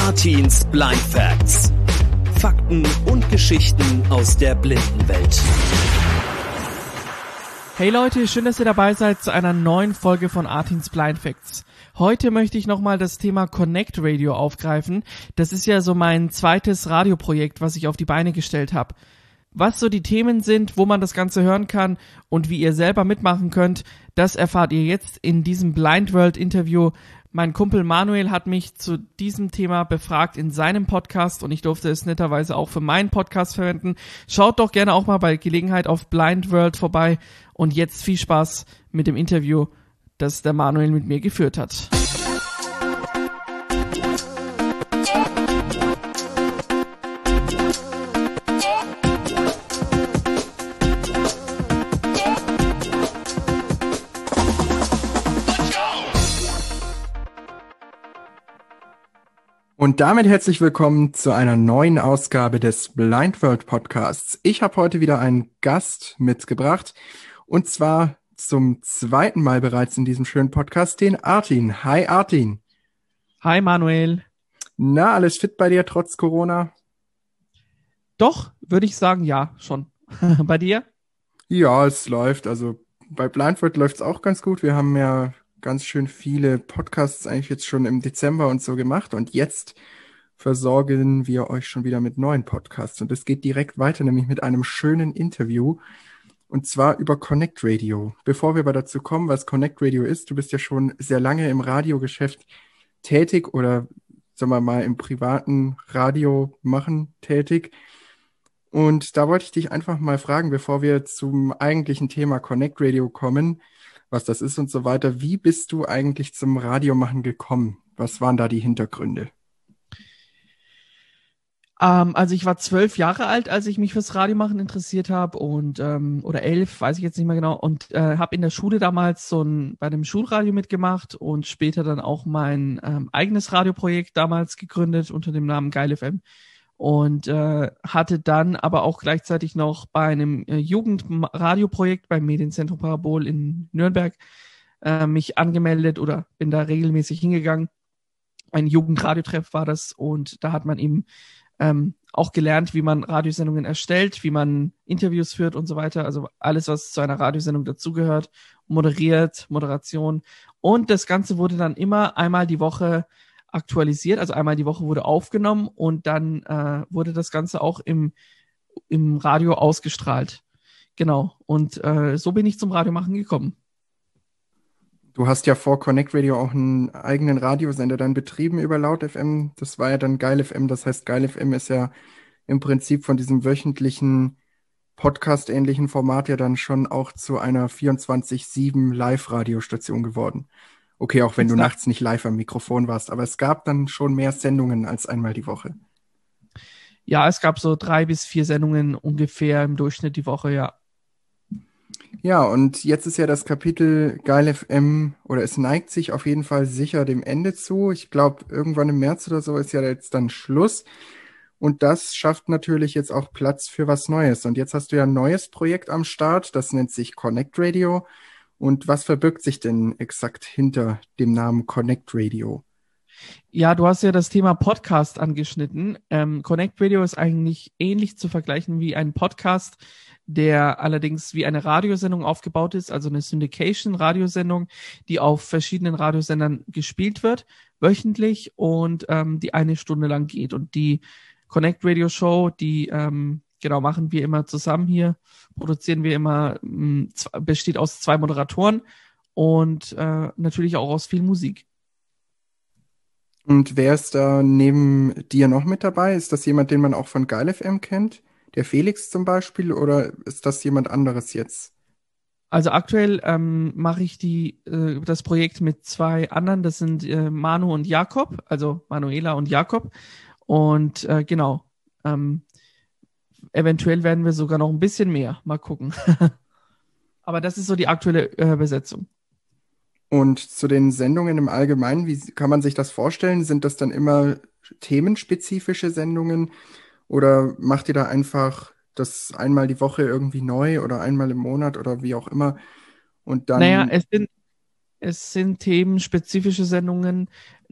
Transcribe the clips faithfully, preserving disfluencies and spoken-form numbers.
Artins Blind Facts. Fakten und Geschichten aus der Blindenwelt. Hey Leute, schön, dass ihr dabei seid zu einer neuen Folge von Artins Blind Facts. Heute möchte ich nochmal das Thema Connect Radio aufgreifen. Das ist ja so mein zweites Radioprojekt, was ich auf die Beine gestellt habe. Was so die Themen sind, wo man das Ganze hören kann und wie ihr selber mitmachen könnt, das erfahrt ihr jetzt in diesem Blind World Interview. Mein Kumpel Manuel hat mich zu diesem Thema befragt in seinem Podcast und ich durfte es netterweise auch für meinen Podcast verwenden. Schaut doch gerne auch mal bei Gelegenheit auf Blind World vorbei und jetzt viel Spaß mit dem Interview, das der Manuel mit mir geführt hat. Und damit herzlich willkommen zu einer neuen Ausgabe des Blind World Podcasts. Ich habe heute wieder einen Gast mitgebracht und zwar zum zweiten Mal bereits in diesem schönen Podcast, den Artin. Hi Artin. Hi Manuel. Na, alles fit bei dir trotz Corona? Doch, würde ich sagen, ja, schon. Bei dir? Ja, es läuft. Also bei Blind World läuft es auch ganz gut. Wir haben ja ganz schön viele Podcasts eigentlich jetzt schon im Dezember und so gemacht und jetzt versorgen wir euch schon wieder mit neuen Podcasts und es geht direkt weiter, nämlich mit einem schönen Interview und zwar über Connect Radio. Bevor wir aber dazu kommen, was Connect Radio ist, du bist ja schon sehr lange im Radiogeschäft tätig oder sagen wir mal im privaten Radio machen tätig und da wollte ich dich einfach mal fragen, bevor wir zum eigentlichen Thema Connect Radio kommen, was das ist und so weiter. Wie bist du eigentlich zum Radiomachen gekommen? Was waren da die Hintergründe? Ähm, also ich war zwölf Jahre alt, als ich mich fürs Radiomachen interessiert habe und ähm, oder elf, weiß ich jetzt nicht mehr genau, und äh, habe in der Schule damals so ein bei dem Schulradio mitgemacht und später dann auch mein ähm, eigenes Radioprojekt damals gegründet unter dem Namen Geil F M. Und äh, hatte dann aber auch gleichzeitig noch bei einem äh, Jugendradioprojekt beim Medienzentrum Parabol in Nürnberg äh, mich angemeldet oder bin da regelmäßig hingegangen. Ein Jugendradiotreff war das und da hat man eben ähm, auch gelernt, wie man Radiosendungen erstellt, wie man Interviews führt und so weiter. Also alles, was zu einer Radiosendung dazugehört, moderiert, Moderation. Und das Ganze wurde dann immer einmal die Woche aktualisiert, also einmal die Woche wurde aufgenommen und dann äh, wurde das Ganze auch im, im Radio ausgestrahlt. Genau, und äh, so bin ich zum Radiomachen gekommen. Du hast ja vor Connect Radio auch einen eigenen Radiosender dann betrieben über Laut F M. Das war ja dann Geil F M. Das heißt, Geil F M ist ja im Prinzip von diesem wöchentlichen Podcast-ähnlichen Format ja dann schon auch zu einer vierundzwanzig sieben Live-Radiostation geworden. Okay, auch wenn du nachts nicht live am Mikrofon warst, aber es gab dann schon mehr Sendungen als einmal die Woche. Ja, es gab so drei bis vier Sendungen ungefähr im Durchschnitt die Woche, ja. Ja, und jetzt ist ja das Kapitel Geil F M, oder es neigt sich auf jeden Fall sicher dem Ende zu. Ich glaube, irgendwann im März oder so ist ja jetzt dann Schluss. Und das schafft natürlich jetzt auch Platz für was Neues. Und jetzt hast du ja ein neues Projekt am Start, das nennt sich Connect Radio. Und was verbirgt sich denn exakt hinter dem Namen Connect Radio? Ja, du hast ja das Thema Podcast angeschnitten. Ähm, Connect Radio ist eigentlich ähnlich zu vergleichen wie ein Podcast, der allerdings wie eine Radiosendung aufgebaut ist, also eine Syndication-Radiosendung, die auf verschiedenen Radiosendern gespielt wird, wöchentlich und ähm, die eine Stunde lang geht. Und die Connect Radio Show, die ähm, genau machen wir immer zusammen hier, produzieren wir immer, mh, besteht aus zwei Moderatoren und äh, natürlich auch aus viel Musik. Und wer ist da neben dir noch mit dabei? Ist das jemand, den man auch von Geil F M kennt? Der Felix zum Beispiel, oder ist das jemand anderes jetzt? Also aktuell ähm, mache ich die äh, das Projekt mit zwei anderen, das sind äh, Manu und Jakob, also Manuela und Jakob. Und äh, genau, ähm, eventuell werden wir sogar noch ein bisschen mehr, mal gucken. Aber das ist so die aktuelle äh, Besetzung. Und zu den Sendungen im Allgemeinen, wie kann man sich das vorstellen? Sind das dann immer themenspezifische Sendungen oder macht ihr da einfach das einmal die Woche irgendwie neu oder einmal im Monat oder wie auch immer? Und dann. Naja, es sind, es sind themenspezifische Sendungen,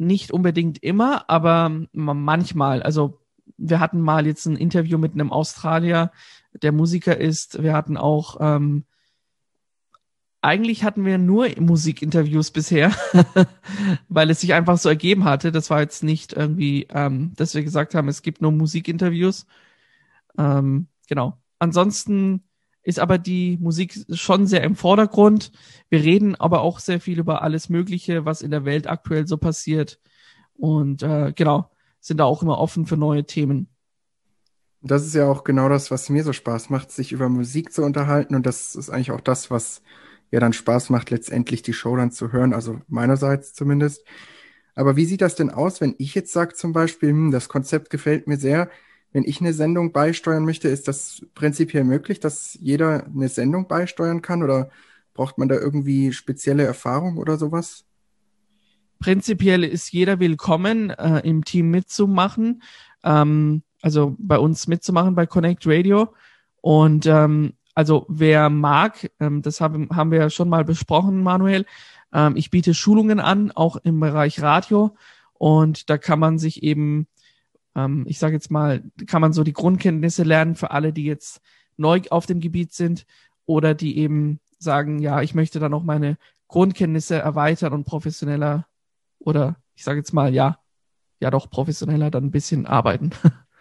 nicht unbedingt immer, aber manchmal. Also wir hatten mal jetzt ein Interview mit einem Australier, der Musiker ist. Wir hatten auch, ähm, eigentlich hatten wir nur Musikinterviews bisher, weil es sich einfach so ergeben hatte. Das war jetzt nicht irgendwie, ähm, dass wir gesagt haben, es gibt nur Musikinterviews. Ähm, genau. Ansonsten ist aber die Musik schon sehr im Vordergrund. Wir reden aber auch sehr viel über alles Mögliche, was in der Welt aktuell so passiert. Und äh, genau, sind da auch immer offen für neue Themen. Das ist ja auch genau das, was mir so Spaß macht, sich über Musik zu unterhalten. Und das ist eigentlich auch das, was ja dann Spaß macht, letztendlich die Show dann zu hören, also meinerseits zumindest. Aber wie sieht das denn aus, wenn ich jetzt sage zum Beispiel, hm, das Konzept gefällt mir sehr, wenn ich eine Sendung beisteuern möchte, ist das prinzipiell möglich, dass jeder eine Sendung beisteuern kann oder braucht man da irgendwie spezielle Erfahrung oder sowas? Prinzipiell ist jeder willkommen, äh, im Team mitzumachen, ähm, also bei uns mitzumachen bei Connect Radio. Und ähm, also wer mag, ähm, das haben, haben wir ja schon mal besprochen, Manuel, ähm, ich biete Schulungen an, auch im Bereich Radio. Und da kann man sich eben, ähm, ich sage jetzt mal, kann man so die Grundkenntnisse lernen für alle, die jetzt neu auf dem Gebiet sind oder die eben sagen, ja, ich möchte dann auch meine Grundkenntnisse erweitern und professioneller oder ich sage jetzt mal, ja, ja doch professioneller dann ein bisschen arbeiten.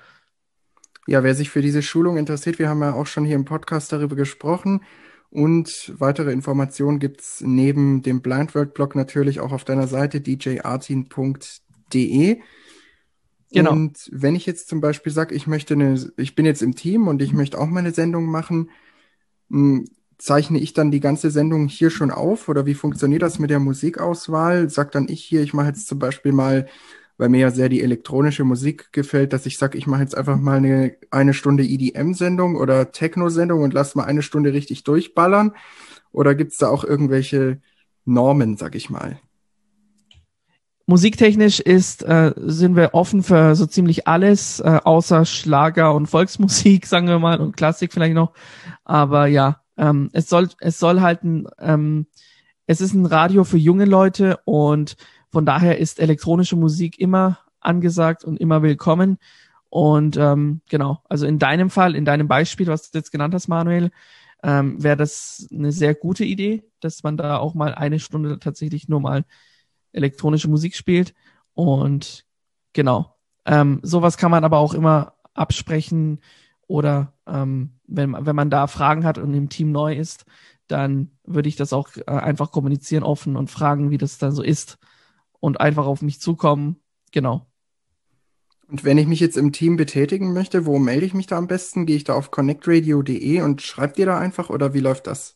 Ja, wer sich für diese Schulung interessiert, wir haben ja auch schon hier im Podcast darüber gesprochen und weitere Informationen gibt's neben dem Blind World Blog natürlich auch auf deiner Seite d j artin punkt d e. Genau. Und wenn ich jetzt zum Beispiel sage, ich möchte eine, ich bin jetzt im Team und ich möchte auch meine Sendung machen, mh, zeichne ich dann die ganze Sendung hier schon auf oder wie funktioniert das mit der Musikauswahl? Sag dann ich hier, ich mache jetzt zum Beispiel mal, weil mir ja sehr die elektronische Musik gefällt, dass ich sage, ich mache jetzt einfach mal eine, eine Stunde E D M-Sendung oder Techno-Sendung und lass mal eine Stunde richtig durchballern? Oder gibt's da auch irgendwelche Normen, sag ich mal? Musiktechnisch ist, äh, sind wir offen für so ziemlich alles, äh, außer Schlager und Volksmusik, sagen wir mal, und Klassik vielleicht noch. Aber ja, ähm, es soll, es soll halt ein, ähm, es ist ein Radio für junge Leute und von daher ist elektronische Musik immer angesagt und immer willkommen. Und ähm, genau, also in deinem Fall, in deinem Beispiel, was du jetzt genannt hast, Manuel, ähm, wäre das eine sehr gute Idee, dass man da auch mal eine Stunde tatsächlich nur mal elektronische Musik spielt. Und genau, ähm, sowas kann man aber auch immer absprechen oder ähm, wenn, wenn man da Fragen hat und im Team neu ist, dann würde ich das auch äh, einfach kommunizieren offen und fragen, wie das dann so ist und einfach auf mich zukommen. Genau. Und wenn ich mich jetzt im Team betätigen möchte, wo melde ich mich da am besten? Gehe ich da auf connect radio punkt d e und schreibt ihr da einfach oder wie läuft das?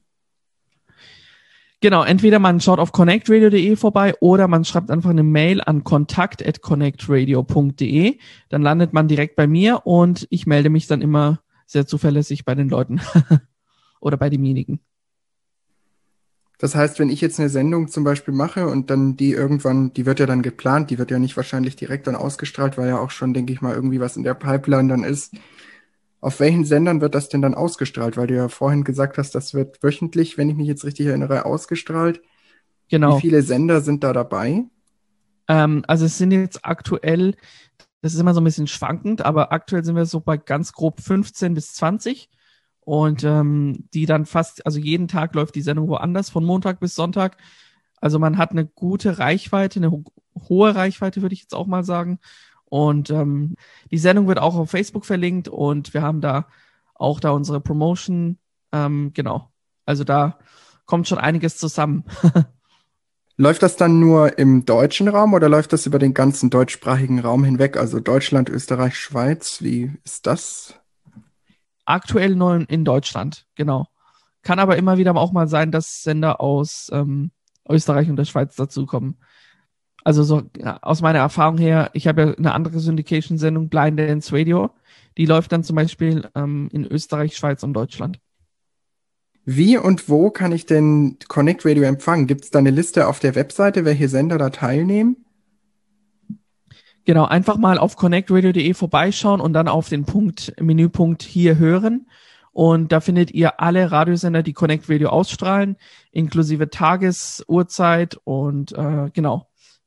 Genau, entweder man schaut auf connect radio punkt d e vorbei oder man schreibt einfach eine Mail an kontakt at connect radio punkt d e. Dann landet man direkt bei mir und ich melde mich dann immer sehr zuverlässig bei den Leuten oder bei demjenigen. Das heißt, wenn ich jetzt eine Sendung zum Beispiel mache und dann die irgendwann, die wird ja dann geplant, die wird ja nicht wahrscheinlich direkt dann ausgestrahlt, weil ja auch schon, denke ich mal, irgendwie was in der Pipeline dann ist. Auf welchen Sendern wird das denn dann ausgestrahlt? Weil du ja vorhin gesagt hast, das wird wöchentlich, wenn ich mich jetzt richtig erinnere, ausgestrahlt. Genau. Wie viele Sender sind da dabei? Ähm, also es sind jetzt aktuell, das ist immer so ein bisschen schwankend, aber aktuell sind wir so bei ganz grob fünfzehn bis zwanzig. Und ähm, die dann fast, also jeden Tag läuft die Sendung woanders, von Montag bis Sonntag. Also man hat eine gute Reichweite, eine ho- hohe Reichweite, würde ich jetzt auch mal sagen. Und ähm, die Sendung wird auch auf Facebook verlinkt und wir haben da auch da unsere Promotion. Ähm, genau, also da kommt schon einiges zusammen. Läuft das dann nur im deutschen Raum oder läuft das über den ganzen deutschsprachigen Raum hinweg? Also Deutschland, Österreich, Schweiz, wie ist das? Aktuell nur in Deutschland, genau. Kann aber immer wieder auch mal sein, dass Sender aus ähm, Österreich und der Schweiz dazukommen. Also so ja, aus meiner Erfahrung her, ich habe ja eine andere Syndication-Sendung, Blind Dance Radio. Die läuft dann zum Beispiel ähm, in Österreich, Schweiz und Deutschland. Wie und wo kann ich denn Connect Radio empfangen? Gibt es da eine Liste auf der Webseite, welche Sender da teilnehmen? Genau, einfach mal auf connect radio punkt d e vorbeischauen und dann auf den Punkt, Menüpunkt hier hören. Und da findet ihr alle Radiosender, die Connect Radio ausstrahlen, inklusive Tages-, Uhrzeit und äh, genau.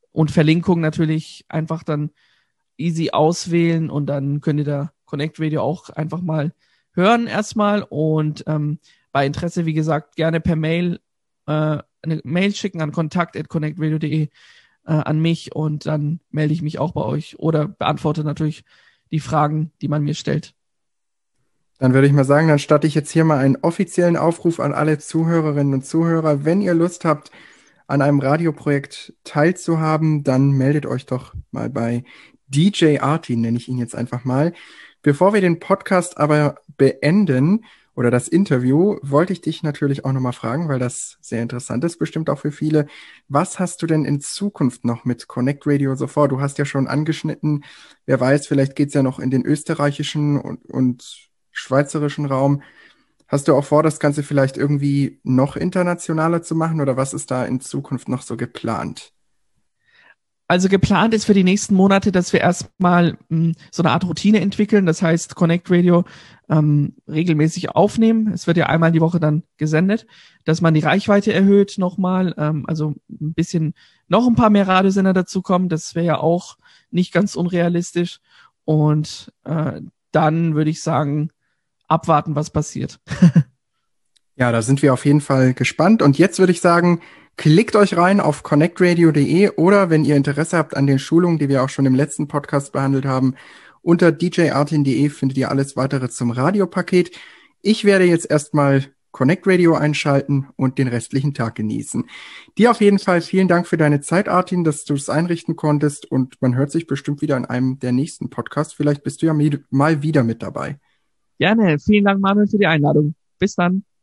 und Verlinkung natürlich einfach dann easy auswählen und dann könnt ihr da Connect Radio auch einfach mal hören erstmal und ähm, bei Interesse, wie gesagt, gerne per Mail äh, eine Mail schicken an kontakt at connect radio punkt de äh, an mich und dann melde ich mich auch bei euch oder beantworte natürlich die Fragen, die man mir stellt. Dann würde ich mal sagen, dann starte ich jetzt hier mal einen offiziellen Aufruf an alle Zuhörerinnen und Zuhörer. Wenn ihr Lust habt, an einem Radioprojekt teilzuhaben, dann meldet euch doch mal bei D J Artin, nenne ich ihn jetzt einfach mal. Bevor wir den Podcast aber beenden oder das Interview, wollte ich dich natürlich auch nochmal fragen, weil das sehr interessant ist, bestimmt auch für viele. Was hast du denn in Zukunft noch mit Connect Radio so vor? Du hast ja schon angeschnitten, wer weiß, vielleicht geht's ja noch in den österreichischen und, und schweizerischen Raum. Hast du auch vor, das Ganze vielleicht irgendwie noch internationaler zu machen oder was ist da in Zukunft noch so geplant? Also geplant ist für die nächsten Monate, dass wir erstmal mh, so eine Art Routine entwickeln. Das heißt, Connect Radio ähm, regelmäßig aufnehmen. Es wird ja einmal die Woche dann gesendet, dass man die Reichweite erhöht nochmal. Ähm, also ein bisschen noch ein paar mehr Radiosender dazukommen. Das wäre ja auch nicht ganz unrealistisch. Und äh, dann würde ich sagen, abwarten, was passiert. Ja, da sind wir auf jeden Fall gespannt. Und jetzt würde ich sagen, klickt euch rein auf connect radio punkt de oder wenn ihr Interesse habt an den Schulungen, die wir auch schon im letzten Podcast behandelt haben, unter d j artin punkt de findet ihr alles weitere zum Radiopaket. Ich werde jetzt erstmal Connect Radio einschalten und den restlichen Tag genießen. Dir auf jeden Fall vielen Dank für deine Zeit, Artin, dass du es einrichten konntest und man hört sich bestimmt wieder in einem der nächsten Podcasts. Vielleicht bist du ja mal wieder mit dabei. Gerne. Vielen Dank, Manuel, für die Einladung. Bis dann.